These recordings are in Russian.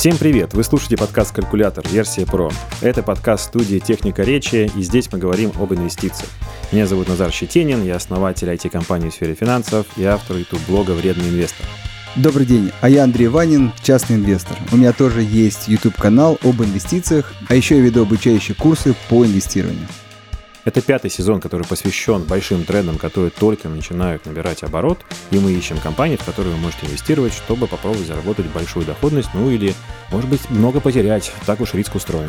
Всем привет! Вы слушаете подкаст «Калькулятор. Версия Про». Это подкаст студии «Техника речи», и здесь мы говорим об инвестициях. Меня зовут Назар Щетинин, я основатель IT-компании в сфере финансов и автор YouTube-блога «Вредный инвестор». Добрый день, а я Андрей Ванин, частный инвестор. У меня тоже есть YouTube-канал об инвестициях, а еще я веду обучающие курсы по инвестированию. Это 5-й сезон, который посвящен большим трендам, которые только начинают набирать оборот, и мы ищем компании, в которые вы можете инвестировать, чтобы попробовать заработать большую доходность, ну или, может быть, много потерять, так уж риск устроен.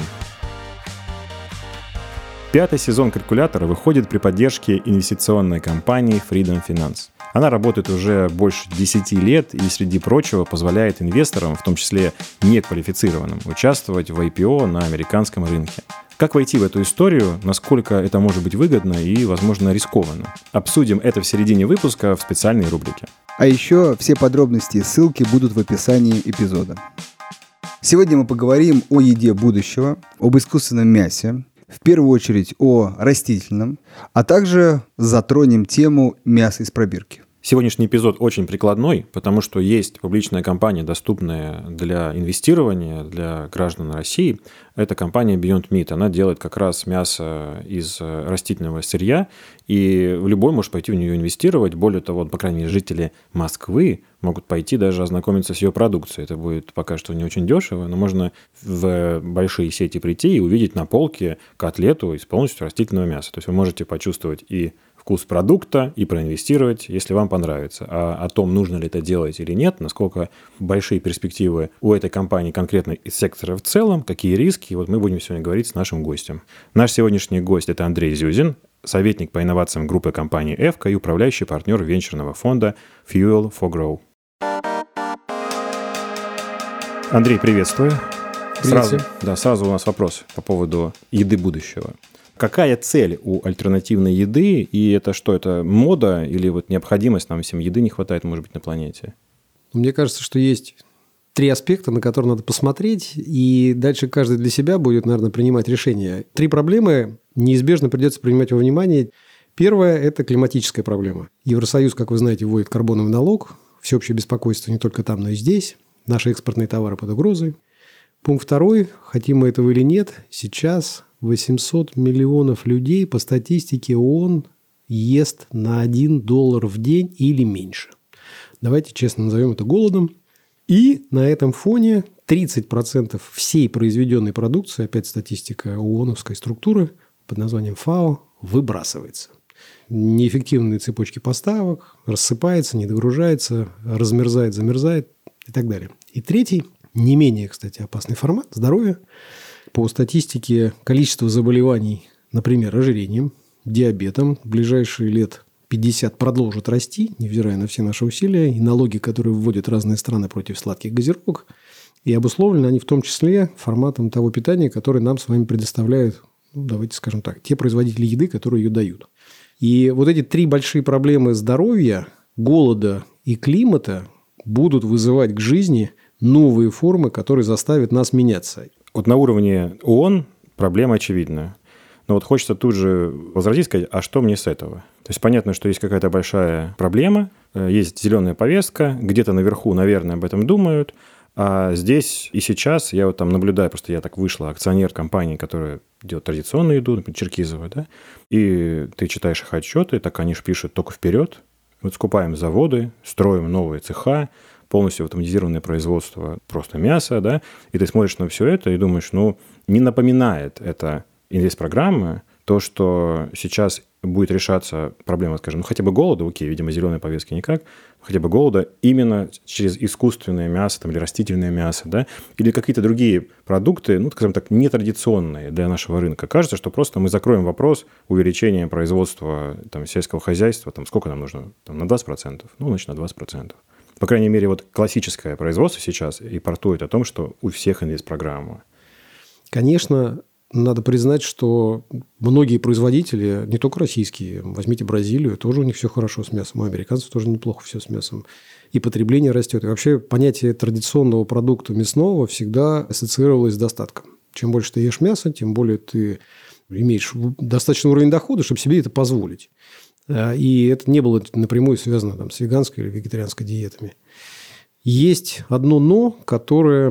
5-й сезон «Калькулятора» выходит при поддержке инвестиционной компании Freedom Finance. Она работает уже больше 10 лет и, среди прочего, позволяет инвесторам, в том числе неквалифицированным, участвовать в IPO на американском рынке. Как войти в эту историю, насколько это может быть выгодно и, возможно, рискованно? Обсудим это в середине выпуска в специальной рубрике. А еще все подробности и ссылки будут в описании эпизода. Сегодня мы поговорим о еде будущего, об искусственном мясе, в первую очередь о растительном, а также затронем тему мяса из пробирки. Сегодняшний эпизод очень прикладной, потому что есть публичная компания, доступная для инвестирования для граждан России. Это компания Beyond Meat. Она делает как раз мясо из растительного сырья, и любой может пойти в нее инвестировать. Более того, по крайней мере, жители Москвы могут пойти даже ознакомиться с ее продукцией. Это будет пока что не очень дешево, но можно в большие сети прийти и увидеть на полке котлету из полностью растительного мяса. То есть вы можете почувствовать и вкус продукта и проинвестировать, если вам понравится. А о том, нужно ли это делать или нет, насколько большие перспективы у этой компании конкретно из сектора в целом, какие риски, вот мы будем сегодня говорить с нашим гостем. Наш сегодняшний гость – это Андрей Зюзин, советник по инновациям группы компании «Эвка» и управляющий партнер венчурного фонда Fuel for Grow. Андрей, приветствую. Сразу у нас вопрос по поводу еды будущего. Какая цель у альтернативной еды? И это что, это мода или вот необходимость? Нам всем еды не хватает, может быть, на планете? Мне кажется, что есть 3 аспекта, на которые надо посмотреть, и дальше каждый для себя будет, наверное, принимать решение. 3 проблемы неизбежно придется принимать во внимание. Первая – это климатическая проблема. Евросоюз, как вы знаете, вводит карбоновый налог. Всеобщее беспокойство не только там, но и здесь. Наши экспортные товары под угрозой. Пункт 2. Хотим мы этого или нет, сейчас 800 миллионов людей по статистике ООН ест на $1 в день или меньше. Давайте честно назовем это голодом. И на этом фоне 30% всей произведенной продукции, опять статистика ООНовской структуры под названием ФАО, выбрасывается. Неэффективные цепочки поставок, рассыпается, не догружается, размерзает, замерзает и так далее. И 3, не менее, кстати, опасный формат – здоровье. По статистике количество заболеваний, например, ожирением, диабетом, в ближайшие лет 50 продолжит расти, невзирая на все наши усилия, и налоги, которые вводят разные страны против сладких газировок, и обусловлены они в том числе форматом того питания, которое нам с вами предоставляют, давайте скажем так, те производители еды, которые ее дают. И вот эти 3 большие проблемы здоровья, голода и климата будут вызывать к жизни новые формы, которые заставят нас меняться. Вот на уровне ООН проблема очевидна. Но вот хочется тут же возразить, сказать, а что мне с этого? То есть понятно, что есть какая-то большая проблема, есть зеленая повестка, где-то наверху, наверное, об этом думают, а здесь и сейчас я вот там наблюдаю, просто я так вышла, акционер компании, которая делает традиционную еду, например, Черкизово, да, и ты читаешь их отчеты, так они же пишут только вперед, вот скупаем заводы, строим новые цеха, полностью автоматизированное производство просто мяса, да, и ты смотришь на все это и думаешь, не напоминает это инвестпрограммы то, что сейчас будет решаться проблема, скажем, хотя бы голода, окей, видимо, зеленой повестки никак, хотя бы голода именно через искусственное мясо там, или растительное мясо, да, или какие-то другие продукты, скажем так, нетрадиционные для нашего рынка. Кажется, что просто мы закроем вопрос увеличения производства там, сельского хозяйства, там, сколько нам нужно, там, на 20%, значит, на 20%. По крайней мере, вот классическое производство сейчас рапортует о том, что у всех инвестпрограмма. Конечно, надо признать, что многие производители, не только российские, возьмите Бразилию, тоже у них все хорошо с мясом, у американцев тоже неплохо все с мясом. И потребление растет. И вообще понятие традиционного продукта мясного всегда ассоциировалось с достатком. Чем больше ты ешь мяса, тем более ты имеешь достаточный уровень дохода, чтобы себе это позволить. И это не было напрямую связано с веганской или вегетарианской диетами. Есть одно «но», которое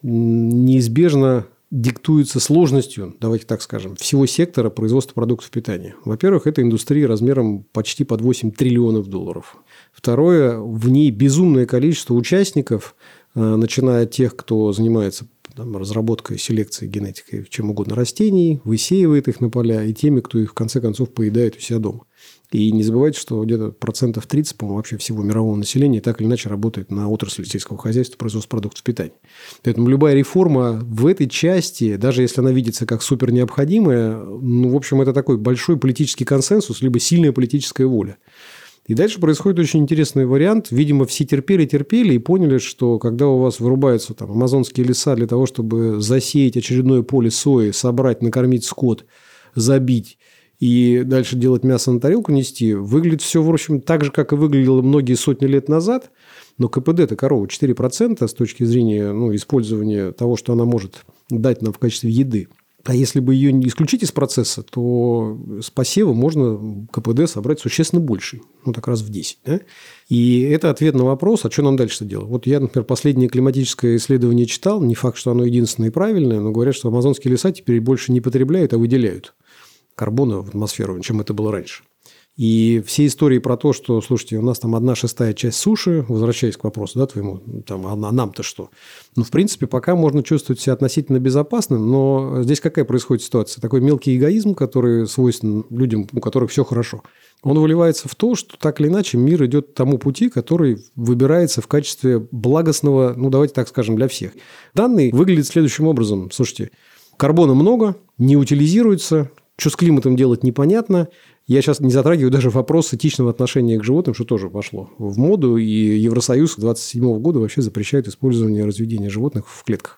неизбежно диктуется сложностью, давайте так скажем, всего сектора производства продуктов питания. Во-первых, это индустрия размером почти под 8 триллионов долларов. Второе, в ней безумное количество участников, начиная от тех, кто занимается разработкой, селекцией, генетикой, чем угодно растений, высеивает их на поля, и теми, кто их в конце концов поедает у себя дома. И не забывайте, что где-то 30%, по-моему, вообще всего мирового населения так или иначе работает на отрасли сельского хозяйства, производства продуктов питания. Поэтому любая реформа в этой части, даже если она видится как супер необходимая, в общем, это такой большой политический консенсус, либо сильная политическая воля. И дальше происходит очень интересный вариант. Видимо, все терпели и поняли, что когда у вас вырубаются амазонские леса для того, чтобы засеять очередное поле сои, собрать, накормить скот, забить и дальше делать мясо на тарелку нести, выглядит все, в общем, так же, как и выглядело многие сотни лет назад. Но КПД-то коровы 4% с точки зрения использования того, что она может дать нам в качестве еды. А если бы ее исключить из процесса, то с посева можно КПД собрать существенно больше. Так раз в 10. Да? И это ответ на вопрос, а что нам дальше делать? Вот я, например, последнее климатическое исследование читал. Не факт, что оно единственное и правильное, но говорят, что амазонские леса теперь больше не потребляют, а выделяют карбона в атмосферу, чем это было раньше. И все истории про то, что, слушайте, у нас там 1/6 часть суши, возвращаясь к вопросу, да, твоему, а нам-то что? В принципе, пока можно чувствовать себя относительно безопасным, но здесь какая происходит ситуация? Такой мелкий эгоизм, который свойственен людям, у которых все хорошо, он выливается в то, что так или иначе мир идет к тому пути, который выбирается в качестве благостного, давайте так скажем, для всех. Данный выглядит следующим образом. Слушайте, карбона много, не утилизируется, что с климатом делать непонятно. Я сейчас не затрагиваю даже вопрос этичного отношения к животным, что тоже вошло в моду. И Евросоюз с 1927 года вообще запрещает использование разведения животных в клетках.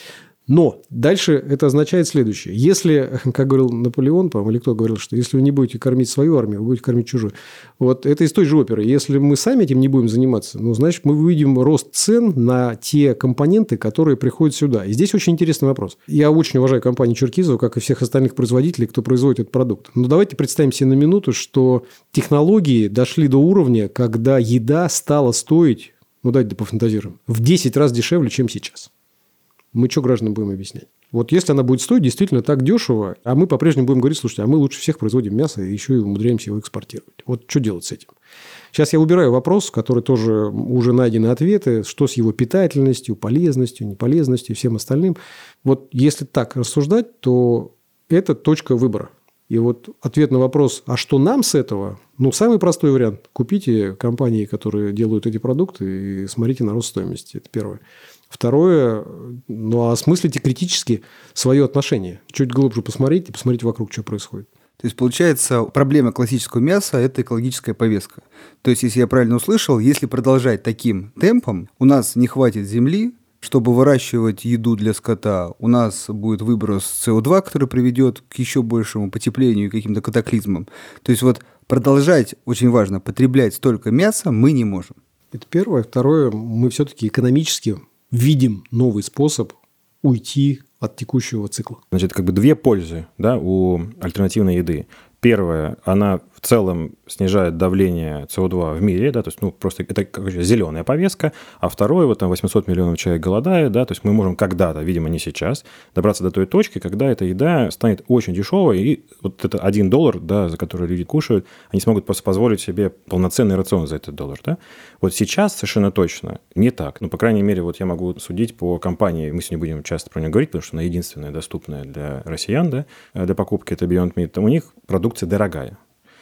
Но дальше это означает следующее. Если, как говорил Наполеон, по-моему, или кто говорил, что если вы не будете кормить свою армию, вы будете кормить чужую. Вот это из той же оперы. Если мы сами этим не будем заниматься, значит, мы увидим рост цен на те компоненты, которые приходят сюда. И здесь очень интересный вопрос. Я очень уважаю компанию Черкизова, как и всех остальных производителей, кто производит этот продукт. Но давайте представим себе на минуту, что технологии дошли до уровня, когда еда стала стоить, давайте пофантазируем, в 10 раз дешевле, чем сейчас. Мы что гражданам будем объяснять? Вот если она будет стоить действительно так дешево, а мы по-прежнему будем говорить, слушайте, а мы лучше всех производим мясо и еще и умудряемся его экспортировать. Вот что делать с этим? Сейчас я убираю вопрос, который тоже уже найдены ответы, что с его питательностью, полезностью, неполезностью и всем остальным. Вот если так рассуждать, то это точка выбора. И вот ответ на вопрос, а что нам с этого? Самый простой вариант. Купите компании, которые делают эти продукты, и смотрите на рост стоимости. Это первое. Второе, осмыслите критически свое отношение. Чуть глубже посмотрите вокруг, что происходит. То есть, получается, проблема классического мяса – это экологическая повестка. То есть, если я правильно услышал, если продолжать таким темпом, у нас не хватит земли, чтобы выращивать еду для скота, у нас будет выброс СО2, который приведет к еще большему потеплению и каким-то катаклизмам. То есть, продолжать, очень важно, потреблять столько мяса мы не можем. Это первое. Второе, мы все-таки экономически видим новый способ уйти от текущего цикла. Значит, две пользы, у альтернативной еды. Первое, она в целом снижает давление СО2 в мире, то есть, просто это зеленая повестка. А второе, 800 миллионов человек голодает, то есть мы можем когда-то, видимо, не сейчас, добраться до той точки, когда эта еда станет очень дешевой, и вот это $1, за который люди кушают, они смогут просто позволить себе полноценный рацион за этот $. Да? Вот сейчас совершенно точно не так. По крайней мере, я могу судить по компании, мы сегодня будем часто про нее говорить, потому что она единственная доступная для россиян, для покупки, это Beyond Meat. У них продукция дорогая.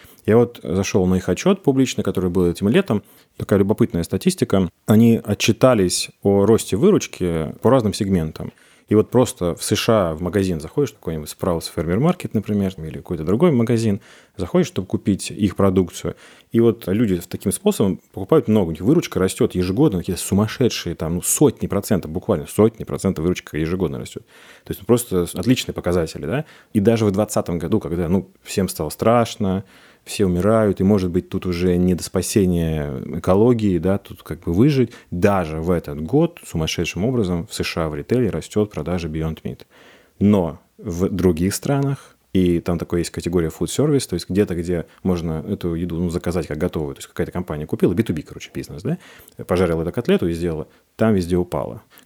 Я зашел на их отчет публичный, который был этим летом. Такая любопытная статистика. Они отчитались о росте выручки по разным сегментам. И просто в США в магазин заходишь, какой-нибудь Sprouts Farmers Market, например, или какой-то другой магазин, заходишь, чтобы купить их продукцию. И люди таким способом покупают много. У них выручка растет ежегодно, какие-то сумасшедшие, сотни процентов, буквально сотни процентов выручка ежегодно растет. То есть просто отличные показатели. Да? И даже в 2020 году, когда всем стало страшно, все умирают, и, может быть, тут уже не до спасения экологии, тут выжить. Даже в этот год сумасшедшим образом в США в ритейле растет продажа Beyond Meat. Но в других странах, и там такой есть категория food service, то есть где-то, где можно эту еду заказать как готовую, то есть какая-то компания купила, B2B, бизнес, пожарила эту котлету и сделала, там везде упало.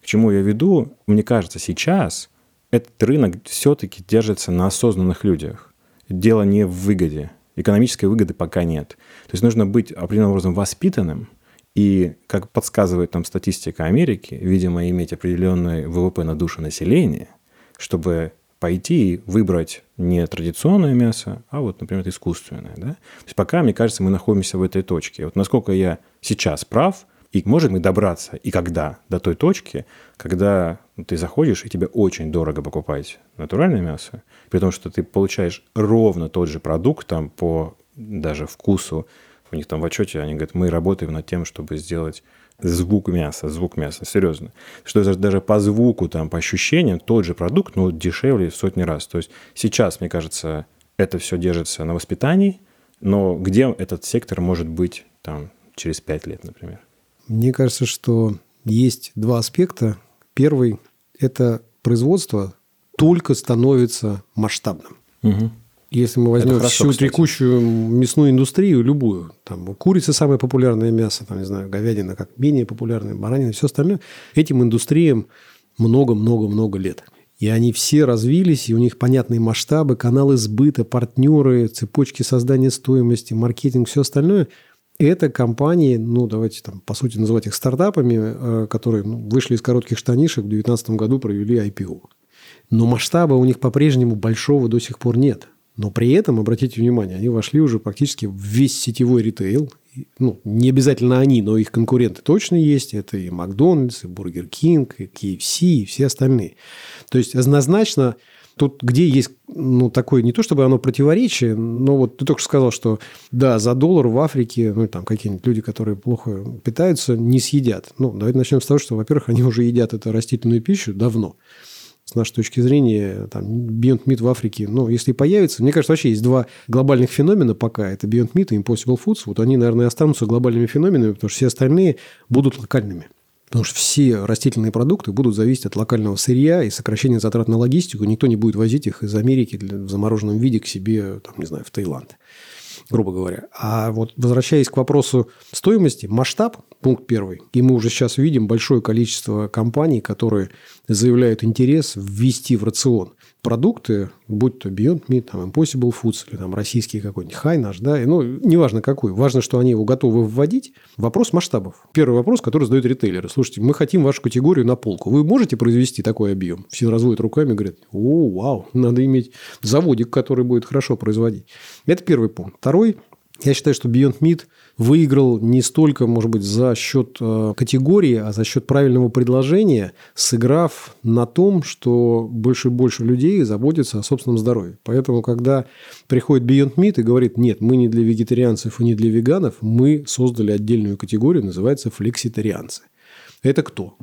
К чему я веду? Мне кажется, сейчас этот рынок все-таки держится на осознанных людях. Дело не в выгоде. Экономической выгоды пока нет. То есть нужно быть определенным образом воспитанным и, как подсказывает нам статистика Америки, видимо, иметь определенный ВВП на душу населения, чтобы пойти и выбрать не традиционное мясо, а вот, например, искусственное. Да? То есть пока, мне кажется, мы находимся в этой точке. Вот насколько я сейчас прав, и можем мы добраться, и когда, до той точки, когда ты заходишь, и тебе очень дорого покупать натуральное мясо, при том, что ты получаешь ровно тот же продукт там, по даже вкусу. У них там в отчете они говорят, мы работаем над тем, чтобы сделать звук мяса, серьезно. Что даже по звуку, там, по ощущениям, тот же продукт, но дешевле в сотни раз. То есть сейчас, мне кажется, это все держится на воспитании, но где этот сектор может быть там, через 5 лет, например? Мне кажется, что есть два аспекта. Первый – это производство только становится масштабным. Угу. Если мы возьмем всю текущую мясную индустрию, любую, там курица самое популярное мясо, там, не знаю, говядина как менее популярная, баранина и все остальное, этим индустриям много-много-много лет. И они все развились, и у них понятные масштабы, каналы сбыта, партнеры, цепочки создания стоимости, маркетинг, все остальное. Это компании, давайте там, по сути, называть их стартапами, которые вышли из коротких штанишек, в 2019 году провели IPO. Но масштаба у них по-прежнему большого до сих пор нет. Но при этом, обратите внимание, они вошли уже практически в весь сетевой ритейл. Не обязательно они, но их конкуренты точно есть. Это и Макдональдс, и Бургер Кинг, и KFC, и все остальные. То есть, однозначно, тут где есть такое, не то чтобы оно противоречие, но вот ты только что сказал, что да, за $1 в Африке, там какие-нибудь люди, которые плохо питаются, не съедят. Давайте начнем с того, что, во-первых, они уже едят эту растительную пищу давно. С нашей точки зрения, там, Beyond Meat в Африке, если появится... Мне кажется, вообще есть два глобальных феномена пока. Это Beyond Meat и Impossible Foods. Вот они, наверное, останутся глобальными феноменами, потому что все остальные будут локальными. Потому что все растительные продукты будут зависеть от локального сырья и сокращения затрат на логистику. Никто не будет возить их из Америки в замороженном виде к себе, там, не знаю, в Таиланд, грубо говоря. А вот возвращаясь к вопросу стоимости, масштаб, пункт первый. И мы уже сейчас видим большое количество компаний, которые заявляют интерес ввести в рацион продукты, будь то Beyond Meat, там, Impossible Foods или там, российский какой-нибудь Хай наш, да, неважно какой. Важно, что они его готовы вводить. Вопрос масштабов. Первый вопрос, который задают ритейлеры. Слушайте, мы хотим вашу категорию на полку. Вы можете произвести такой объем? Все разводят руками и говорят, вау, надо иметь заводик, который будет хорошо производить. Это первый пункт. Второй. Я считаю, что Beyond Meat выиграл не столько, может быть, за счет категории, а за счет правильного предложения, сыграв на том, что больше и больше людей заботятся о собственном здоровье. Поэтому, когда приходит Beyond Meat и говорит, нет, мы не для вегетарианцев и не для веганов, мы создали отдельную категорию, называется флекситарианцы. Это кто?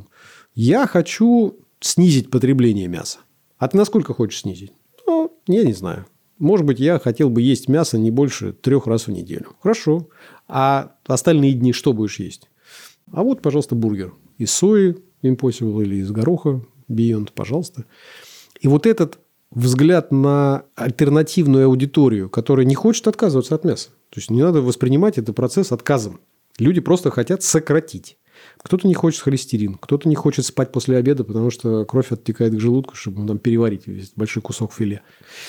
Я хочу снизить потребление мяса. А ты насколько хочешь снизить? Я не знаю. Может быть, я хотел бы есть мясо не больше 3 раз в неделю. Хорошо. А остальные дни что будешь есть? А вот, пожалуйста, бургер. Из сои Impossible или из гороха Beyond, пожалуйста. И вот этот взгляд на альтернативную аудиторию, которая не хочет отказываться от мяса. То есть, не надо воспринимать этот процесс отказом. Люди просто хотят сократить. Кто-то не хочет холестерин, кто-то не хочет спать после обеда, потому что кровь оттекает к желудку, чтобы там переварить весь большой кусок филе.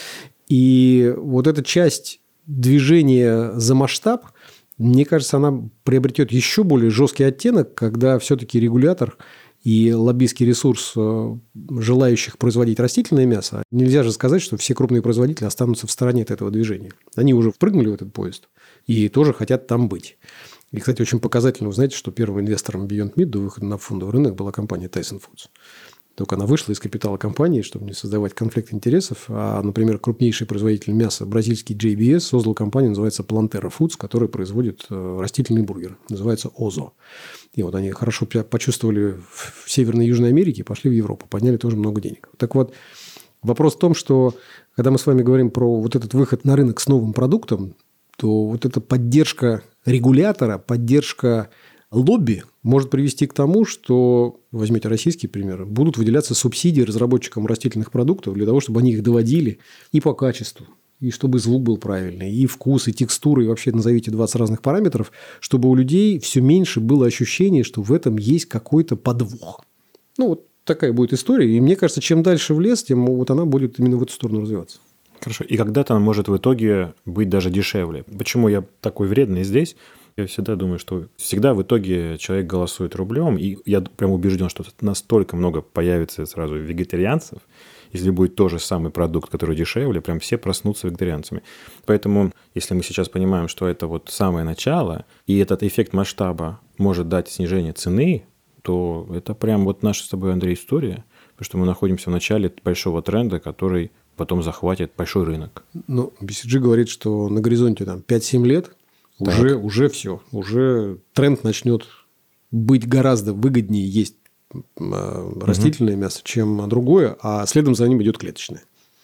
И вот эта часть движения за масштаб, мне кажется, она приобретет еще более жесткий оттенок, когда все-таки регулятор и лоббистский ресурс желающих производить растительное мясо. Нельзя же сказать, что все крупные производители останутся в стороне от этого движения. Они уже впрыгнули в этот поезд и тоже хотят там быть. И, кстати, очень показательно, вы знаете, что первым инвестором Beyond Meat до выхода на фондовый рынок была компания Tyson Foods. Только она вышла из капитала компании, чтобы не создавать конфликт интересов. А, например, крупнейший производитель мяса, бразильский JBS, создал компанию, называется Plantera Foods, которая производит растительный бургер. Называется Озо. И вот они хорошо почувствовали в Северной и Южной Америке, пошли в Европу, подняли тоже много денег. Так вот, вопрос в том, что когда мы с вами говорим про вот этот выход на рынок с новым продуктом, то вот эта поддержка регулятора, поддержка лобби может привести к тому, что, возьмите российский пример, будут выделяться субсидии разработчикам растительных продуктов для того, чтобы они их доводили и по качеству, и чтобы звук был правильный, и вкус, и текстура, и вообще назовите 20 разных параметров, чтобы у людей все меньше было ощущение, что в этом есть какой-то подвох. Ну, вот такая будет история. И мне кажется, чем дальше в лес, тем вот она будет именно в эту сторону развиваться. Хорошо. И когда-то она может в итоге быть даже дешевле. Почему я такой вредный здесь? Я всегда думаю, что всегда в итоге человек голосует рублем, и я прям убежден, что настолько много появится сразу вегетарианцев, если будет тот же самый продукт, который дешевле, прям все проснутся вегетарианцами. Поэтому, если мы сейчас понимаем, что это вот самое начало, и этот эффект масштаба может дать снижение цены, то это прям вот наша с тобой, Андрей, история, потому что мы находимся в начале большого тренда, который потом захватит большой рынок. Ну, BCG говорит, что на горизонте там 5-7 лет уже все. Уже тренд начнет быть гораздо выгоднее есть растительное мясо, чем другое, а следом за ним идет клеточное.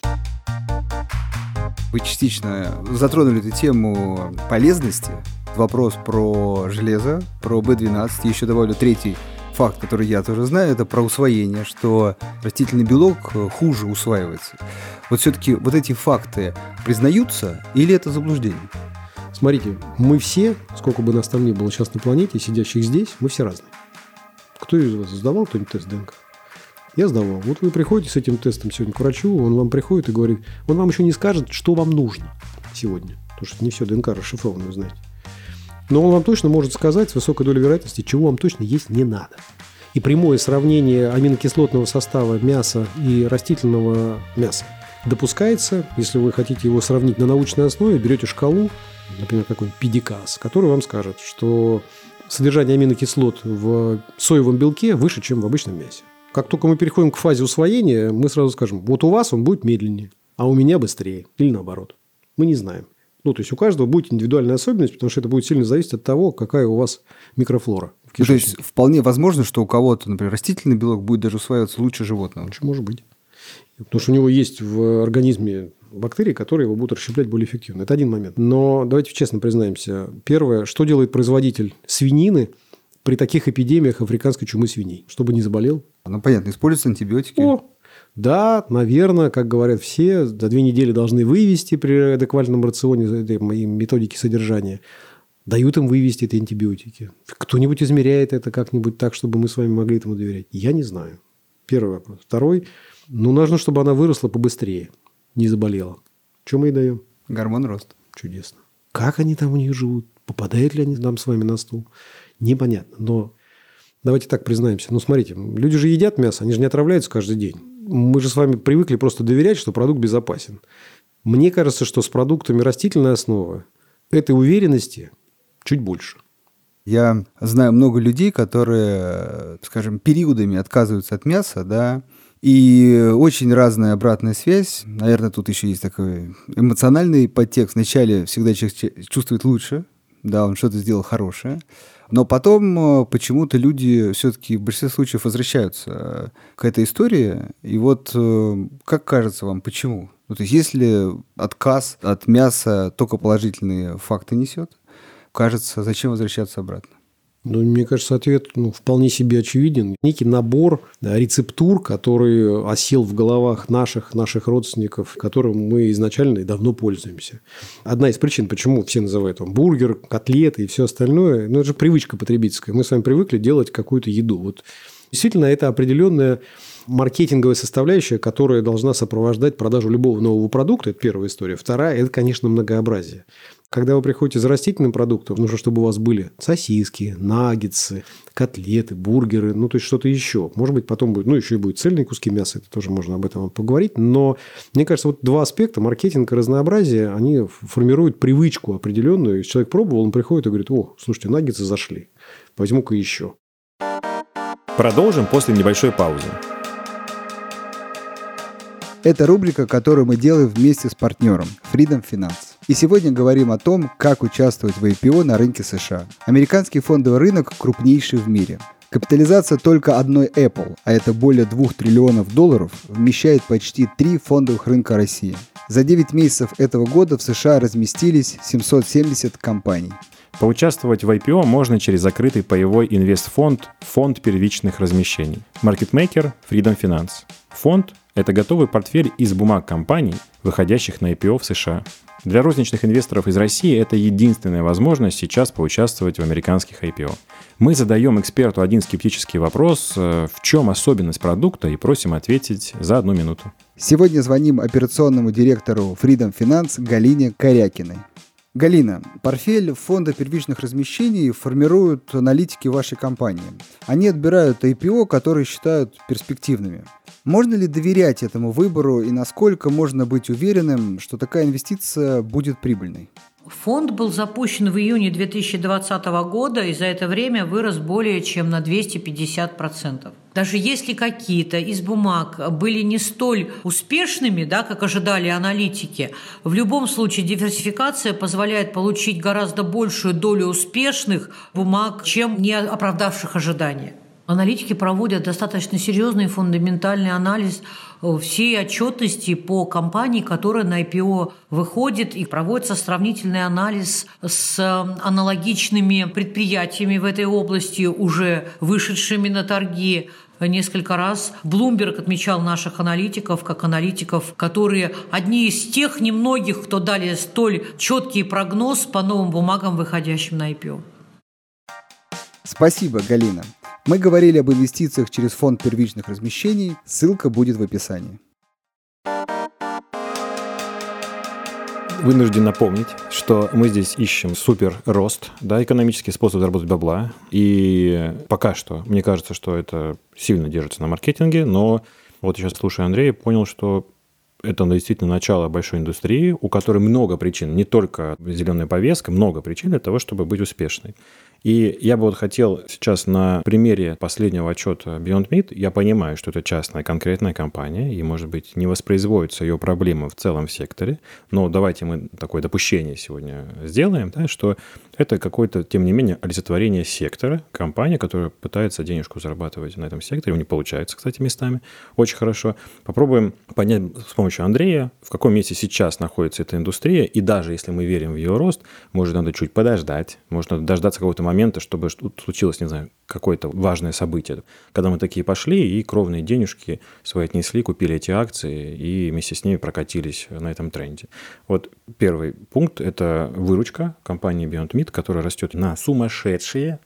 Вы частично затронули эту тему полезности. Вопрос про железо, про B12. Еще добавлю третий факт, который я тоже знаю, это про усвоение, что растительный белок хуже усваивается. Вот все-таки вот эти факты признаются или это заблуждение? Смотрите, мы все, сколько бы нас там ни было сейчас на планете, сидящих здесь, мы все разные. Кто из вас сдавал кто-нибудь тест ДНК? Я сдавал. Вот вы приходите с этим тестом сегодня к врачу, он вам приходит и говорит, он вам еще не скажет, что вам нужно сегодня. Потому что не все ДНК расшифровано, вы знаете. Но он вам точно может сказать с высокой долей вероятности, чего вам точно есть не надо. И прямое сравнение аминокислотного состава мяса и растительного мяса допускается, если вы хотите его сравнить на научной основе, берете шкалу, например, какой-нибудь PDCAAS, который вам скажет, что содержание аминокислот в соевом белке выше, чем в обычном мясе. Как только мы переходим к фазе усвоения, мы сразу скажем, вот у вас он будет медленнее, а у меня быстрее. Или наоборот. Мы не знаем. Ну, то есть, у каждого будет индивидуальная особенность, потому что это будет сильно зависеть от того, какая у вас микрофлора в кишечнике. То есть, вполне возможно, что у кого-то, например, растительный белок будет даже усваиваться лучше животного. Может быть. Потому что у него есть в организме бактерии, которые его будут расщеплять более эффективно. Это один момент. Но давайте честно признаемся. Первое, что делает производитель свинины при таких эпидемиях африканской чумы свиней? Чтобы не заболел. Ну, понятно, используются антибиотики. Да, наверное, как говорят все, за 2 недели должны вывести при адекватном рационе и методике содержания. Дают им вывести эти антибиотики. Кто-нибудь измеряет это как-нибудь так, чтобы мы с вами могли этому доверять? Я не знаю. Первый вопрос. Второй. Нужно, чтобы она выросла побыстрее, не заболела. Что мы ей даем? Гормон роста. Чудесно. Как они там у них живут? Попадают ли они нам с вами на стол? Непонятно. Но давайте так признаемся. Ну, смотрите, люди же едят мясо, они же не отравляются каждый день. Мы же с вами привыкли просто доверять, что продукт безопасен. Мне кажется, что с продуктами растительной основы этой уверенности чуть больше. Я знаю много людей, которые, скажем, периодами отказываются от мяса, да, и очень разная обратная связь. Наверное, тут еще есть такой эмоциональный подтекст. Вначале всегда человек чувствует лучше, да, он что-то сделал хорошее. Но потом почему-то люди все-таки в большинстве случаев возвращаются к этой истории. И вот как кажется вам, почему? Ну, то есть если отказ от мяса только положительные факты несет, кажется, зачем возвращаться обратно? Ну, мне кажется, ответ вполне себе очевиден. Некий набор рецептур, который осел в головах наших родственников, которым мы изначально и давно пользуемся. Одна из причин, почему все называют бургер, котлеты и все остальное, это же привычка потребительская. Мы с вами привыкли делать какую-то еду. Вот действительно, это определенная маркетинговая составляющая, которая должна сопровождать продажу любого нового продукта. Это первая история. Вторая – это, конечно, многообразие. Когда вы приходите за растительным продуктом, нужно, чтобы у вас были сосиски, наггетсы, котлеты, бургеры, то есть что-то еще. Может быть, потом будет, еще и будут цельные куски мяса, это тоже можно об этом поговорить. Но мне кажется, вот 2 аспекта, маркетинг и разнообразие, они формируют привычку определенную. Если человек пробовал, он приходит и говорит, слушайте, наггетсы зашли, возьму-ка еще. Продолжим после небольшой паузы. Это рубрика, которую мы делаем вместе с партнером Freedom Finance. И сегодня говорим о том, как участвовать в IPO на рынке США. Американский фондовый рынок крупнейший в мире. Капитализация только одной Apple, а это более $2 триллионов, вмещает почти 3 фондовых рынка России. За 9 месяцев этого года в США разместились 770 компаний. Поучаствовать в IPO можно через закрытый паевой инвестфонд «Фонд первичных размещений». Маркетмейкер Freedom Finance. Фонд – это готовый портфель из бумаг компаний, выходящих на IPO в США. Для розничных инвесторов из России это единственная возможность сейчас поучаствовать в американских IPO. Мы задаем эксперту один скептический вопрос, в чем особенность продукта, и просим ответить за 1 минуту. Сегодня звоним операционному директору Freedom Finance Галине Корякиной. Галина, портфель фонда первичных размещений формируют аналитики вашей компании. Они отбирают IPO, которые считают перспективными. Можно ли доверять этому выбору и насколько можно быть уверенным, что такая инвестиция будет прибыльной? Фонд был запущен в июне 2020 года и за это время вырос более чем на 250%. Даже если какие-то из бумаг были не столь успешными, как ожидали аналитики, в любом случае диверсификация позволяет получить гораздо большую долю успешных бумаг, чем не оправдавших ожидания. Аналитики проводят достаточно серьезный фундаментальный анализ всей отчетности по компании, которая на IPO выходит, и проводится сравнительный анализ с аналогичными предприятиями в этой области, уже вышедшими на торги. Несколько раз Bloomberg отмечал наших аналитиков как аналитиков, которые одни из тех немногих, кто дали столь четкий прогноз по новым бумагам, выходящим на IPO. Спасибо, Галина. Мы говорили об инвестициях через фонд первичных размещений. Ссылка будет в описании. Вынужден напомнить, что мы здесь ищем супер рост, экономический способ заработать бабла. И пока что, мне кажется, что это сильно держится на маркетинге, но вот сейчас, слушая Андрея, понял, что это действительно начало большой индустрии, у которой много причин, не только зеленая повестка, много причин для того, чтобы быть успешной. И я бы хотел сейчас на примере последнего отчета Beyond Meat, я понимаю, что это частная конкретная компания, и, может быть, не воспроизводятся ее проблемы в целом в секторе, но давайте мы такое допущение сегодня сделаем, что это какое-то, тем не менее, олицетворение сектора, компания, которая пытается денежку зарабатывать на этом секторе, у них получается, кстати, местами очень хорошо. Попробуем понять с помощью Андрея, в каком месте сейчас находится эта индустрия, и даже если мы верим в ее рост, может, надо чуть подождать, может, надо дождаться какого-то момента, чтобы случилось, не знаю, какое-то важное событие. Когда мы такие пошли и кровные денежки свои отнесли, купили эти акции и вместе с ними прокатились на этом тренде. Вот первый пункт – это выручка компании Beyond Meat, которая растет на сумасшедшие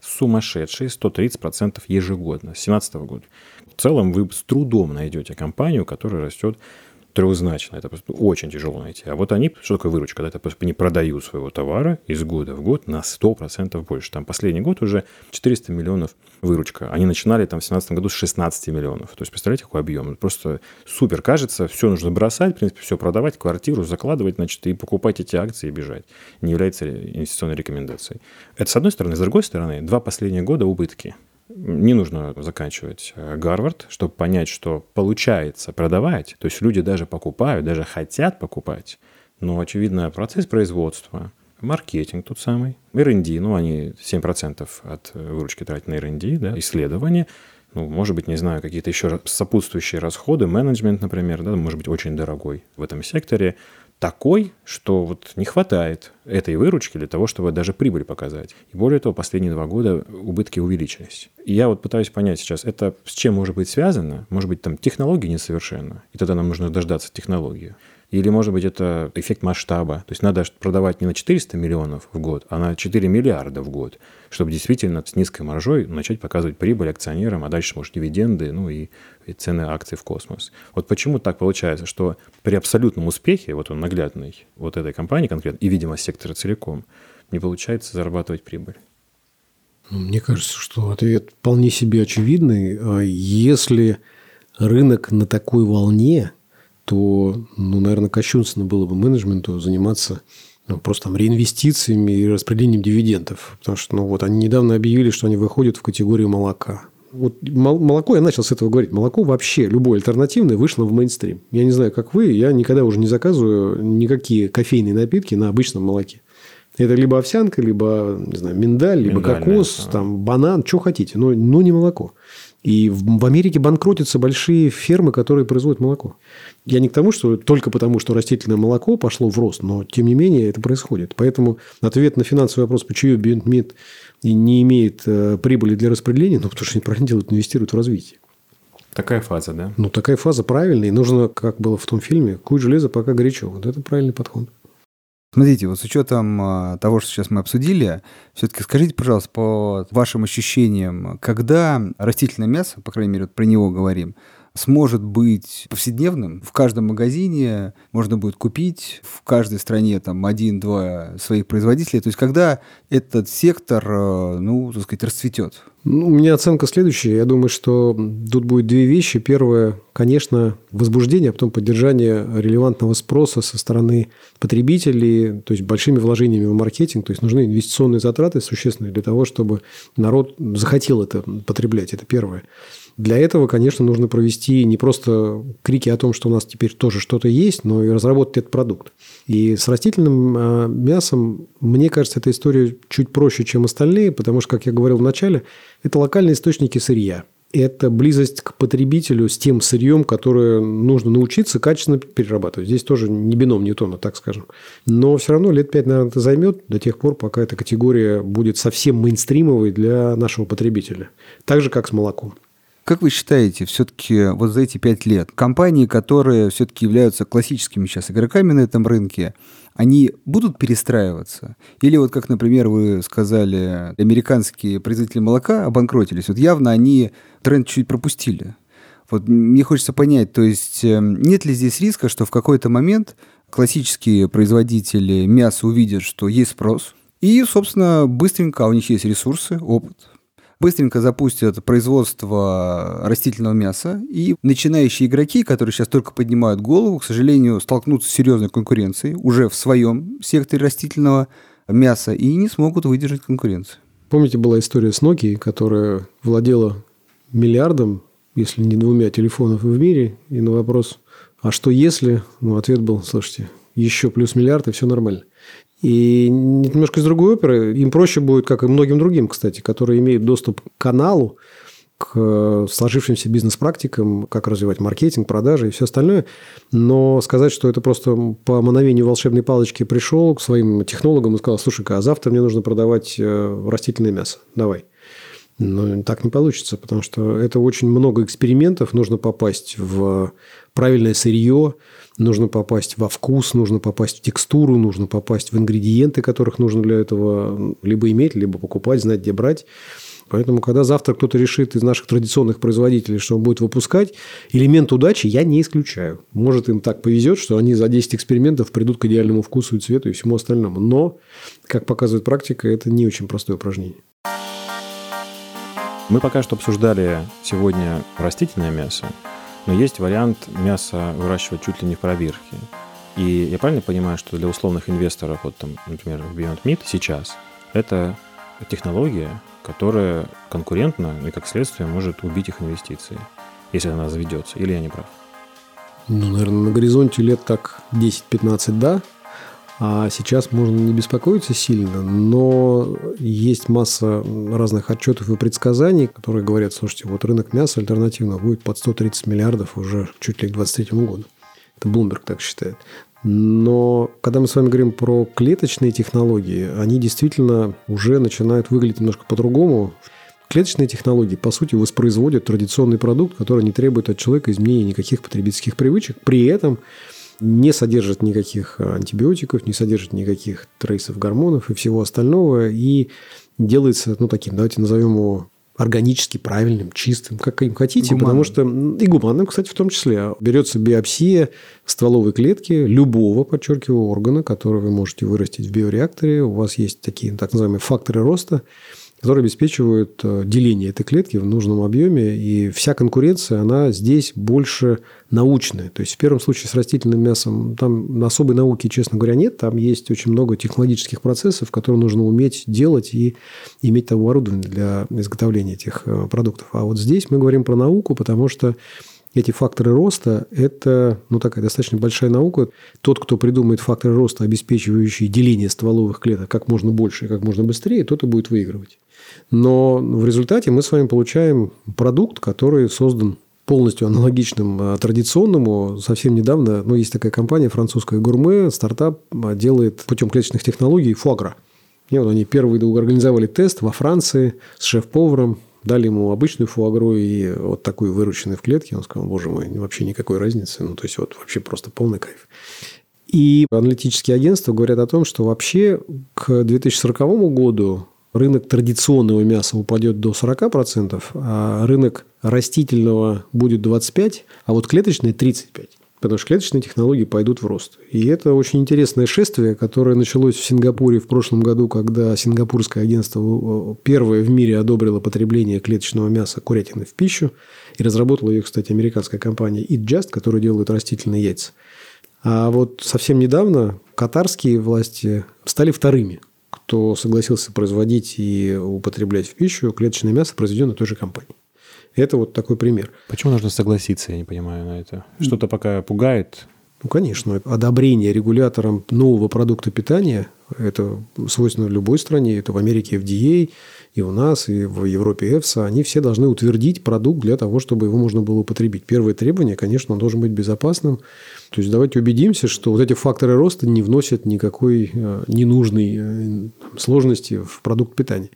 130% ежегодно с 2017 года. В целом вы с трудом найдете компанию, которая растет трехзначно. Это просто очень тяжело найти. А вот они, что такое выручка? Это просто они продают своего товара из года в год на 100% больше. Там последний год уже 400 миллионов выручка. Они начинали там в 2017 году с 16 миллионов. То есть, представляете, какой объем? Просто супер. Кажется, все нужно бросать, в принципе, все продавать, квартиру закладывать, и покупать эти акции и бежать. Не является инвестиционной рекомендацией. Это с одной стороны. С другой стороны, 2 последних года убытки. Не нужно заканчивать Гарвард, чтобы понять, что получается продавать. То есть люди даже покупают, даже хотят покупать. Но, очевидно, процесс производства, маркетинг тот самый, R&D, они 7% от выручки тратят на R&D, исследования. Может быть, не знаю, какие-то еще сопутствующие расходы, менеджмент, например, может быть очень дорогой в этом секторе. Такой, что не хватает этой выручки для того, чтобы даже прибыль показать. И более того, последние 2 года убытки увеличились. И я пытаюсь понять сейчас, это с чем может быть связано? Может быть, там технология несовершенна, и тогда нам нужно дождаться технологии. Или, может быть, это эффект масштаба. То есть надо продавать не на 400 миллионов в год, а на 4 миллиарда в год, чтобы действительно с низкой маржой начать показывать прибыль акционерам, а дальше, может, дивиденды, и цены акций в космос. Вот почему так получается, что при абсолютном успехе, он наглядный, этой компании конкретно, и, видимо, сектора целиком, не получается зарабатывать прибыль? Мне кажется, что ответ вполне себе очевидный. Если рынок на такой волне, то, наверное, кощунственно было бы менеджменту заниматься просто реинвестициями и распределением дивидендов. Потому что они недавно объявили, что они выходят в категорию молока. Молоко, я начал с этого говорить, молоко вообще, любое альтернативное, вышло в мейнстрим. Я не знаю, как вы, я никогда уже не заказываю никакие кофейные напитки на обычном молоке. Это либо овсянка, либо, не знаю, миндаль, либо кокос, банан, что хотите, но не молоко. И в Америке банкротятся большие фермы, которые производят молоко. Я не к тому, что только потому, что растительное молоко пошло в рост, но, тем не менее, это происходит. Поэтому ответ на финансовый вопрос, почему Beyond Meat не имеет прибыли для распределения, потому что они правильно делают, инвестируют в развитие. Такая фаза, да? Ну, такая фаза правильная. И нужно, как было в том фильме, куй железо, пока горячо. Вот это правильный подход. Смотрите, вот с учетом того, что сейчас мы обсудили, все-таки скажите, пожалуйста, по вашим ощущениям, когда растительное мясо, по крайней мере, вот про него говорим, сможет быть повседневным? В каждом магазине можно будет купить, в каждой стране там 1-2 своих производителей. То есть, когда этот сектор, так сказать, расцветет? Ну, у меня оценка следующая. Я думаю, что тут будет две вещи. Первое, конечно, возбуждение, а потом поддержание релевантного спроса со стороны потребителей, то есть большими вложениями в маркетинг. То есть нужны инвестиционные затраты существенные для того, чтобы народ захотел это потреблять. Это первое. Для этого, конечно, нужно провести не просто крики о том, что у нас теперь тоже что-то есть, но и разработать этот продукт. И с растительным мясом, мне кажется, эта история чуть проще, чем остальные, потому что, как я говорил в начале, это локальные источники сырья. Это близость к потребителю с тем сырьем, которое нужно научиться качественно перерабатывать. Здесь тоже не бином Ньютона, так скажем. Но все равно лет 5, наверное, это займет до тех пор, пока эта категория будет совсем мейнстримовой для нашего потребителя. Так же, как с молоком. Как вы считаете, все-таки вот за эти 5 лет компании, которые все-таки являются классическими сейчас игроками на этом рынке, они будут перестраиваться? Или вот как, например, вы сказали, американские производители молока обанкротились, вот явно они тренд чуть пропустили. Вот мне хочется понять, то есть нет ли здесь риска, что в какой-то момент классические производители мяса увидят, что есть спрос, и, собственно, быстренько, у них есть ресурсы, опыт, быстренько запустят производство растительного мяса, и начинающие игроки, которые сейчас только поднимают голову, к сожалению, столкнутся с серьезной конкуренцией уже в своем секторе растительного мяса и не смогут выдержать конкуренцию. Помните, была история с Nokia, которая владела миллиардом, если не 2 телефонов в мире, и на вопрос, а что если? Ответ был, слушайте, еще плюс миллиард, и все нормально. И немножко из другой оперы. Им проще будет, как и многим другим, кстати, которые имеют доступ к каналу, к сложившимся бизнес-практикам, как развивать маркетинг, продажи и все остальное. Но сказать, что это просто по мановению волшебной палочки пришел к своим технологам и сказал, слушай-ка, а завтра мне нужно продавать растительное мясо. Давай. Но так не получится, потому что это очень много экспериментов. Нужно попасть в правильное сырье, нужно попасть во вкус, нужно попасть в текстуру, нужно попасть в ингредиенты, которых нужно для этого либо иметь, либо покупать, знать, где брать. Поэтому, когда завтра кто-то решит из наших традиционных производителей, что он будет выпускать, элемент удачи я не исключаю. Может, им так повезет, что они за 10 экспериментов придут к идеальному вкусу и цвету и всему остальному. Но, как показывает практика, это не очень простое упражнение. Мы пока что обсуждали сегодня растительное мясо, но есть вариант мяса выращивать чуть ли не в пробирке. И я правильно понимаю, что для условных инвесторов, вот там, например, Beyond Meat сейчас, это технология, которая конкурентна и, как следствие, может убить их инвестиции, если она заведется. Или я не прав? Наверное, на горизонте лет так 10-15, да. А сейчас можно не беспокоиться сильно, но есть масса разных отчетов и предсказаний, которые говорят, слушайте, вот рынок мяса альтернативного будет под 130 миллиардов уже чуть ли к 2023 году. Это Bloomberg так считает. Но когда мы с вами говорим про клеточные технологии, они действительно уже начинают выглядеть немножко по-другому. Клеточные технологии, по сути, воспроизводят традиционный продукт, который не требует от человека изменения никаких потребительских привычек. При этом не содержит никаких антибиотиков, не содержит никаких трейсов гормонов и всего остального. И делается, таким, давайте назовем его органически правильным, чистым, как им хотите. Гуманным. Потому что и гуманным, кстати, в том числе. Берется биопсия стволовой клетки любого, подчеркиваю, органа, который вы можете вырастить в биореакторе. У вас есть такие так называемые факторы роста, которые обеспечивают деление этой клетки в нужном объеме. И вся конкуренция, она здесь больше научная. То есть, в первом случае с растительным мясом там особой науки, честно говоря, нет. Там есть очень много технологических процессов, которые нужно уметь делать и иметь того оборудование для изготовления этих продуктов. А вот здесь мы говорим про науку, потому что эти факторы роста – это такая достаточно большая наука. Тот, кто придумает факторы роста, обеспечивающие деление стволовых клеток как можно больше и как можно быстрее, тот и будет выигрывать. Но в результате мы с вами получаем продукт, который создан полностью аналогичным традиционному. Совсем недавно есть такая компания французская «Гурме», стартап делает путем клеточных технологий фуагра. И вот они первые организовали тест во Франции с шеф-поваром. Дали ему обычную фуагру и вот такую вырученную в клетке. Он сказал, боже мой, вообще никакой разницы. Ну, то есть, вот вообще просто полный кайф. И аналитические агентства говорят о том, что вообще к 2040 году рынок традиционного мяса упадет до 40%, а рынок растительного будет 25%, а вот клеточный 35%. Потому что клеточные технологии пойдут в рост. И это очень интересное шествие, которое началось в Сингапуре в прошлом году, когда сингапурское агентство первое в мире одобрило потребление клеточного мяса, курятины в пищу. И разработала ее, кстати, американская компания Eat Just, которая делает растительные яйца. А вот совсем недавно катарские власти стали вторыми, кто согласился производить и употреблять в пищу клеточное мясо, произведенное той же компанией. Это вот такой пример. Почему нужно согласиться, я не понимаю, на это? Что-то пока пугает? Ну, конечно. Одобрение регулятором нового продукта питания – это свойственно любой стране. Это в Америке FDA, и у нас, и в Европе EFSA. Они все должны утвердить продукт для того, чтобы его можно было употребить. Первое требование, конечно, он должен быть безопасным. То есть, давайте убедимся, что вот эти факторы роста не вносят никакой ненужной сложности в продукт питания.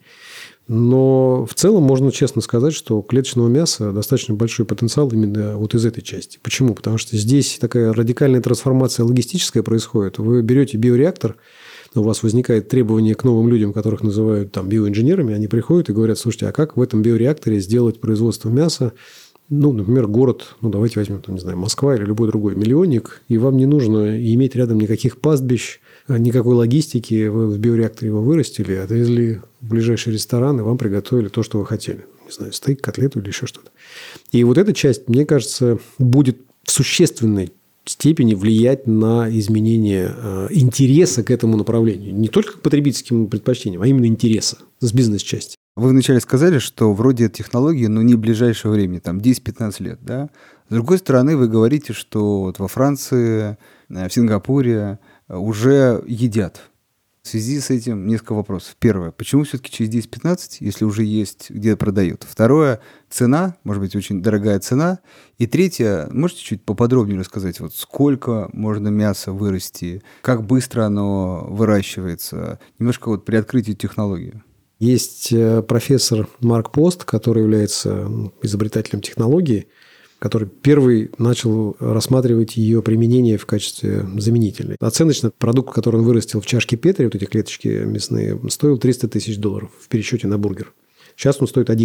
Но в целом можно честно сказать, что клеточного мяса достаточно большой потенциал именно вот из этой части. Почему? Потому что здесь такая радикальная трансформация логистическая происходит. Вы берете биореактор, у вас возникает требование к новым людям, которых называют там биоинженерами, они приходят и говорят, слушайте, а как в этом биореакторе сделать производство мяса? Ну, например, город, давайте возьмем, там, не знаю, Москва или любой другой миллионник, и вам не нужно иметь рядом никаких пастбищ, никакой логистики, вы в биореакторе его вырастили, отвезли в ближайший ресторан, и вам приготовили то, что вы хотели. Не знаю, стейк, котлету или еще что-то. И вот эта часть, мне кажется, будет в существенной степени влиять на изменение интереса к этому направлению. Не только к потребительским предпочтениям, а именно интереса с бизнес-части. Вы вначале сказали, что вроде технологии, но не в ближайшее время, там 10-15 лет, да? С другой стороны, вы говорите, что вот во Франции, в Сингапуре уже едят. В связи с этим несколько вопросов. Первое. Почему все-таки через 10-15, если уже есть где продают? Второе. Цена. Может быть, очень дорогая цена. И третье. Можете чуть поподробнее рассказать, вот сколько можно мяса вырасти, как быстро оно выращивается? Немножко вот приоткрыть эту технологию. Есть профессор Марк Пост, который является изобретателем технологии, который первый начал рассматривать ее применение в качестве заменителя. Оценочно продукт, который он вырастил в чашке Петри, вот эти клеточки мясные, стоил $300 тысяч в пересчете на бургер. Сейчас он стоит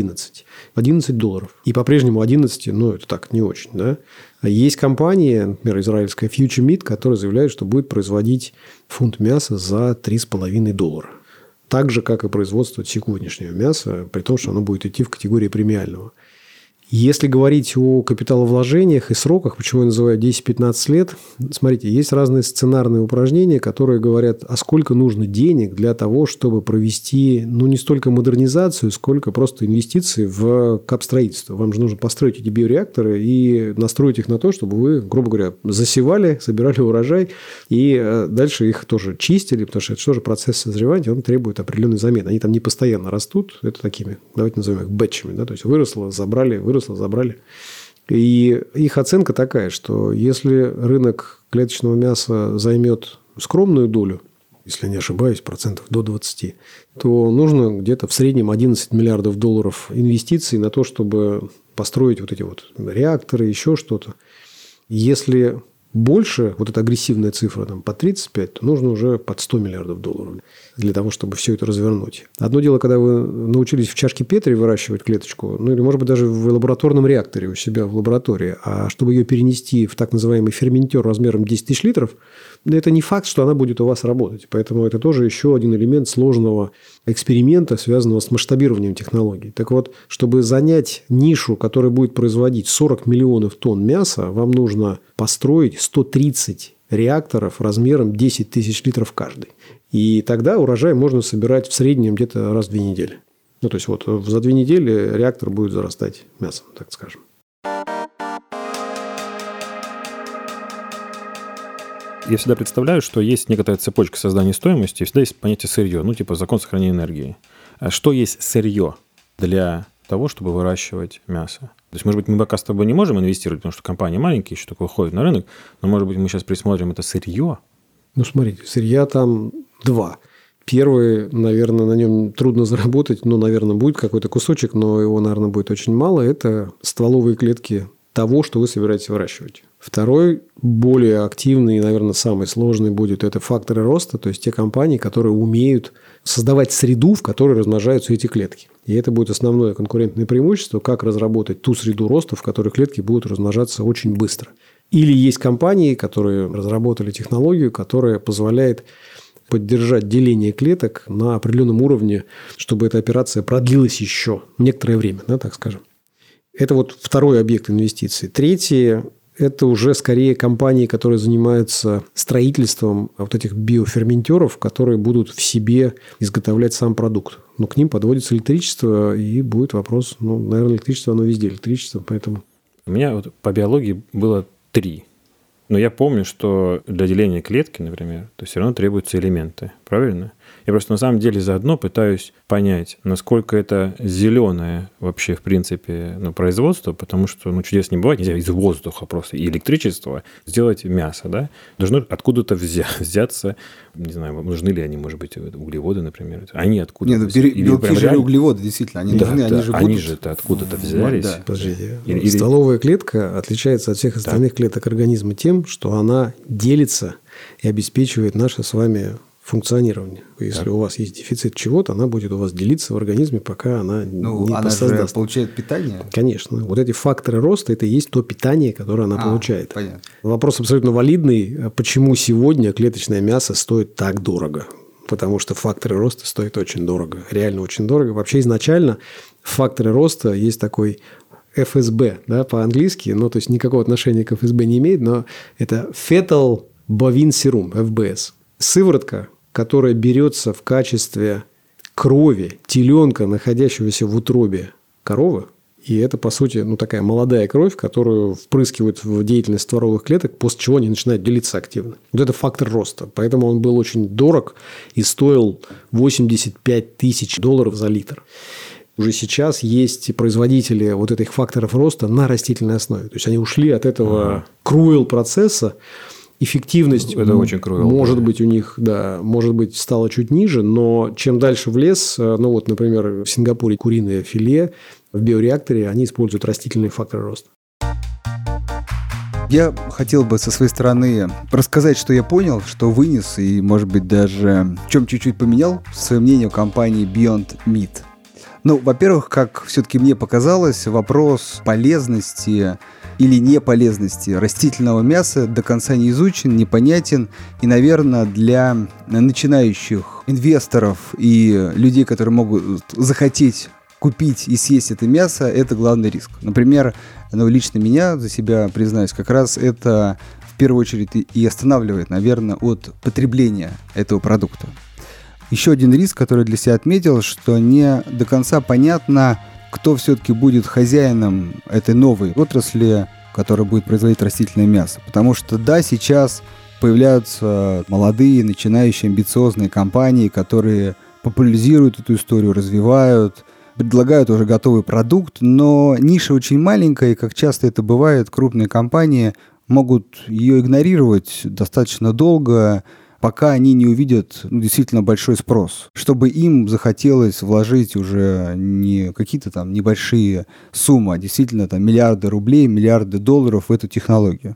$11. И по-прежнему 11, это так, не очень. Да? Есть компания, например, израильская Future Meat, которая заявляет, что будет производить фунт мяса за $3,5. Так же, как и производство сегодняшнего мяса, при том, что оно будет идти в категории премиального. Если говорить о капиталовложениях и сроках, почему я называю 10-15 лет, смотрите, есть разные сценарные упражнения, которые говорят, а сколько нужно денег для того, чтобы провести, не столько модернизацию, сколько просто инвестиции в капстроительство. Вам же нужно построить эти биореакторы и настроить их на то, чтобы вы, грубо говоря, засевали, собирали урожай и дальше их тоже чистили, потому что это тоже процесс созревания, он требует определенной замены. Они там не постоянно растут, это такими, давайте назовем их бэтчами, да, то есть выросло, забрали. И их оценка такая, что если рынок клеточного мяса займет скромную долю, если не ошибаюсь, процентов до 20%, то нужно где-то в среднем $11 миллиардов инвестиций на то, чтобы построить вот эти вот реакторы, еще что-то. Если больше, вот эта агрессивная цифра, там, по 35, то нужно уже под $100 миллиардов для того, чтобы все это развернуть. Одно дело, когда вы научились в чашке Петри выращивать клеточку, или, может быть, даже в лабораторном реакторе у себя в лаборатории, а чтобы ее перенести в так называемый ферментер размером 10 тысяч литров, это не факт, что она будет у вас работать. Поэтому это тоже еще один элемент сложного эксперимента, связанного с масштабированием технологий. Так вот, чтобы занять нишу, которая будет производить 40 миллионов тонн мяса, вам нужно построить 130 реакторов размером 10 тысяч литров каждый. И тогда урожай можно собирать в среднем где-то раз в 2 недели. То есть, вот за 2 недели реактор будет зарастать мясом, так скажем. Я всегда представляю, что есть некоторая цепочка создания стоимости, и всегда есть понятие сырье, закон сохранения энергии. А что есть сырье для того, чтобы выращивать мясо? То есть, может быть, мы пока с тобой не можем инвестировать, потому что компания маленькая, еще только выходит на рынок, но, может быть, мы сейчас присмотрим это сырье. Смотрите, сырья там 2. Первый, наверное, на нем трудно заработать, наверное, будет какой-то кусочек, но его, наверное, будет очень мало. Это стволовые клетки того, что вы собираетесь выращивать. Второй, более активный и, наверное, самый сложный будет, это факторы роста, то есть те компании, которые умеют создавать среду, в которой размножаются эти клетки. И это будет основное конкурентное преимущество, как разработать ту среду роста, в которой клетки будут размножаться очень быстро. Или есть компании, которые разработали технологию, которая позволяет поддержать деление клеток на определенном уровне, чтобы эта операция продлилась еще некоторое время, так скажем. Это вот второй объект инвестиций. Третий – это уже скорее компании, которые занимаются строительством вот этих биоферментеров, которые будут в себе изготовлять сам продукт. Но к ним подводится электричество, и будет вопрос, наверное, электричество, оно везде электричество, поэтому… У меня вот по биологии было 3. Но я помню, что для деления клетки, например, то все равно требуются элементы. Правильно? Я просто на самом деле заодно пытаюсь понять, насколько это зеленое вообще, в принципе, производство, потому что чудес не бывает. Нельзя из воздуха просто и электричества сделать мясо, да? Должно откуда-то взяться, не знаю, нужны ли они, может быть, углеводы, например. Они откуда-то взялись? Нет, белки же углеводы, действительно, они нужны, они же откуда-то взялись. Да. Подождите. Стволовая клетка отличается от всех остальных клеток организма тем, что она делится и обеспечивает наше с вами функционирование. Если у вас есть дефицит чего-то, она будет у вас делиться в организме, пока она не посоздаст. Она же получает питание? Конечно. Вот эти факторы роста – это и есть то питание, которое она получает. Понятно. Вопрос абсолютно валидный. Почему сегодня клеточное мясо стоит так дорого? Потому что факторы роста стоят очень дорого. Реально очень дорого. Вообще изначально факторы роста есть такой ФСБ, по-английски, то есть никакого отношения к ФСБ не имеет, но это Fetal Bovine Serum, ФБС. Сыворотка, которая берется в качестве крови теленка, находящегося в утробе коровы. И это, по сути, такая молодая кровь, которую впрыскивают в деятельность стволовых клеток, после чего они начинают делиться активно. Вот это фактор роста. Поэтому он был очень дорог и стоил $85 тысяч за литр. Уже сейчас есть производители вот этих факторов роста на растительной основе. То есть, они ушли от этого круэл-процесса. Эффективность, это очень круто, может быть, у них, может быть, стала чуть ниже, но чем дальше в лес, например, в Сингапуре куриное филе в биореакторе, они используют растительные факторы роста. Я хотел бы со своей стороны рассказать, что я понял, что вынес и, может быть, даже в чем чуть-чуть поменял свое мнение о компании Beyond Meat. Во-первых, как все-таки мне показалось, вопрос полезности или неполезности растительного мяса до конца не изучен, непонятен. И, наверное, для начинающих инвесторов и людей, которые могут захотеть купить и съесть это мясо, это главный риск. Например, лично меня, за себя признаюсь, как раз это в первую очередь и останавливает, наверное, от потребления этого продукта. Еще один риск, который для себя отметил, что не до конца понятно, кто все-таки будет хозяином этой новой отрасли, которая будет производить растительное мясо. Потому что, сейчас появляются молодые, начинающие, амбициозные компании, которые популяризируют эту историю, развивают, предлагают уже готовый продукт, но ниша очень маленькая, и, как часто это бывает, крупные компании могут ее игнорировать достаточно долго, пока они не увидят действительно большой спрос, чтобы им захотелось вложить уже не какие-то там небольшие суммы, а действительно миллиарды рублей, миллиарды долларов в эту технологию.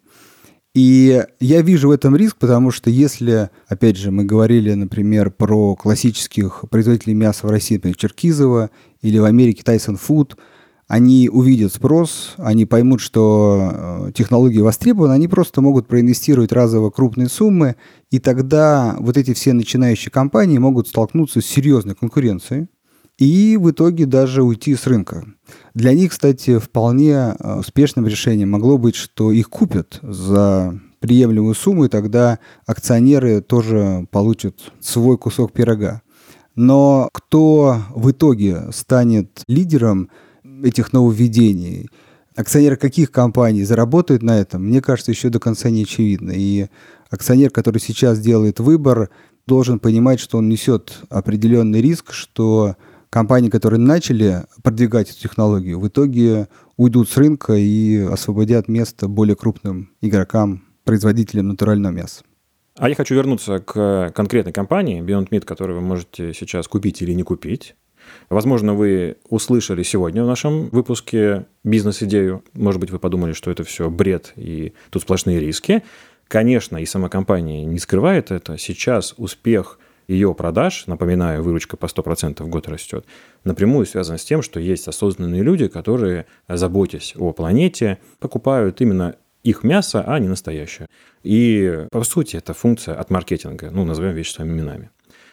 И я вижу в этом риск, потому что если, опять же, мы говорили, например, про классических производителей мяса в России, например, Черкизово, или в Америке Tyson Food, они увидят спрос, они поймут, что технологии востребованы, они просто могут проинвестировать разово крупные суммы, и тогда вот эти все начинающие компании могут столкнуться с серьезной конкуренцией и в итоге даже уйти с рынка. Для них, кстати, вполне успешным решением могло быть, что их купят за приемлемую сумму, и тогда акционеры тоже получат свой кусок пирога. Но кто в итоге станет лидером этих нововведений, акционеры каких компаний заработают на этом, мне кажется, еще до конца не очевидно. И акционер, который сейчас делает выбор, должен понимать, что он несет определенный риск, что компании, которые начали продвигать эту технологию, в итоге уйдут с рынка и освободят место более крупным игрокам, производителям натурального мяса. А я хочу вернуться к конкретной компании Beyond Meat, которую вы можете сейчас купить или не купить. Возможно, вы услышали сегодня в нашем выпуске бизнес-идею. Может быть, вы подумали, что это все бред и тут сплошные риски. Конечно, и сама компания не скрывает это. Сейчас успех ее продаж, напоминаю, выручка по 100% в год растет, напрямую связан с тем, что есть осознанные люди, которые, заботясь о планете, покупают именно их мясо, а не настоящее. И, по сути, это функция от маркетинга, назовем вещи своими именами.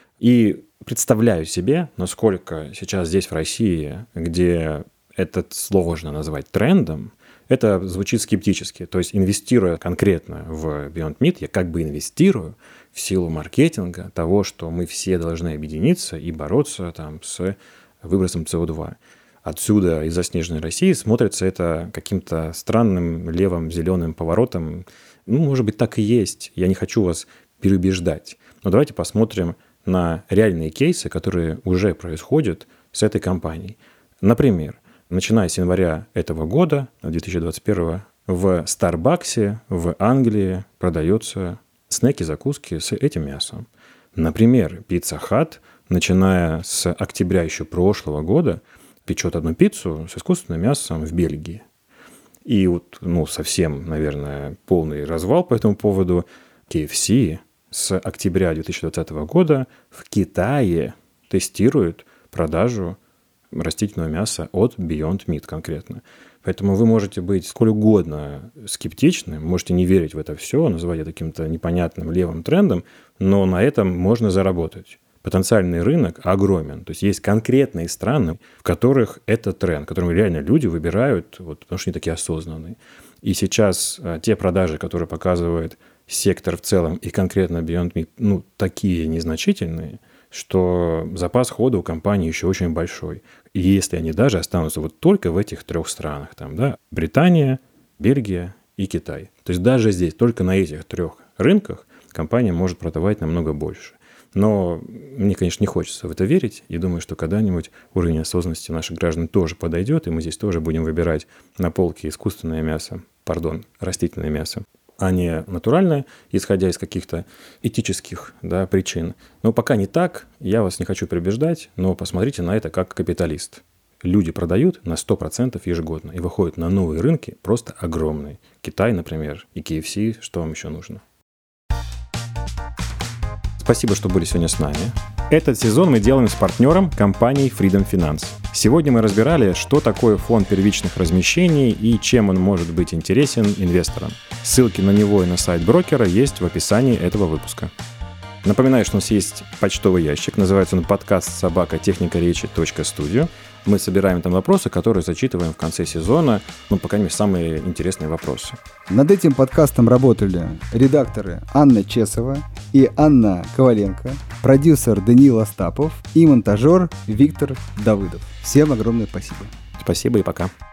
И представляю себе, насколько сейчас здесь, в России, где это сложно назвать трендом, это звучит скептически. То есть, инвестируя конкретно в Beyond Meat, я как бы инвестирую в силу маркетинга того, что мы все должны объединиться и бороться с выбросом СО2. Отсюда, из заснеженной России, смотрится это каким-то странным левым зеленым поворотом. Может быть, так и есть. Я не хочу вас переубеждать. Но давайте посмотрим на реальные кейсы, которые уже происходят с этой компанией. Например, начиная с января этого года, 2021, в Старбаксе в Англии продаются снеки, закуски с этим мясом. Например, Pizza Hut, начиная с октября еще прошлого года, печет одну пиццу с искусственным мясом в Бельгии. И совсем, наверное, полный развал по этому поводу. KFC с октября 2020 года в Китае тестирует продажу растительного мяса от Beyond Meat конкретно. Поэтому вы можете быть сколь угодно скептичным, можете не верить в это все, называть это каким-то непонятным левым трендом, но на этом можно заработать. Потенциальный рынок огромен. То есть есть конкретные страны, в которых это тренд, в котором реально люди выбирают, потому что они такие осознанные. И сейчас те продажи, которые показывает сектор в целом и конкретно Beyond Meat, такие незначительные, что запас хода у компании еще очень большой. И если они даже останутся только в этих 3 странах, Британия, Бельгия и Китай. То есть даже здесь, только на этих 3 рынках компания может продавать намного больше. Но мне, конечно, не хочется в это верить, и думаю, что когда-нибудь уровень осознанности наших граждан тоже подойдет, и мы здесь тоже будем выбирать на полке растительное мясо, а не натуральное, исходя из каких-то этических причин. Но пока не так, я вас не хочу переубеждать, но посмотрите на это как капиталист. Люди продают на 100% ежегодно и выходят на новые рынки просто огромные. Китай, например, и KFC, что вам еще нужно? Спасибо, что были сегодня с нами. Этот сезон мы делаем с партнером компанией Freedom Finance. Сегодня мы разбирали, что такое фонд первичных размещений и чем он может быть интересен инвесторам. Ссылки на него и на сайт брокера есть в описании этого выпуска. Напоминаю, что у нас есть почтовый ящик, называется он podcast@техникаречи.studio. Мы собираем там вопросы, которые зачитываем в конце сезона, по крайней мере, самые интересные вопросы. Над этим подкастом работали редакторы Анна Чесова и Анна Коваленко, продюсер Даниил Остапов и монтажер Виктор Давыдов. Всем огромное спасибо. Спасибо и пока.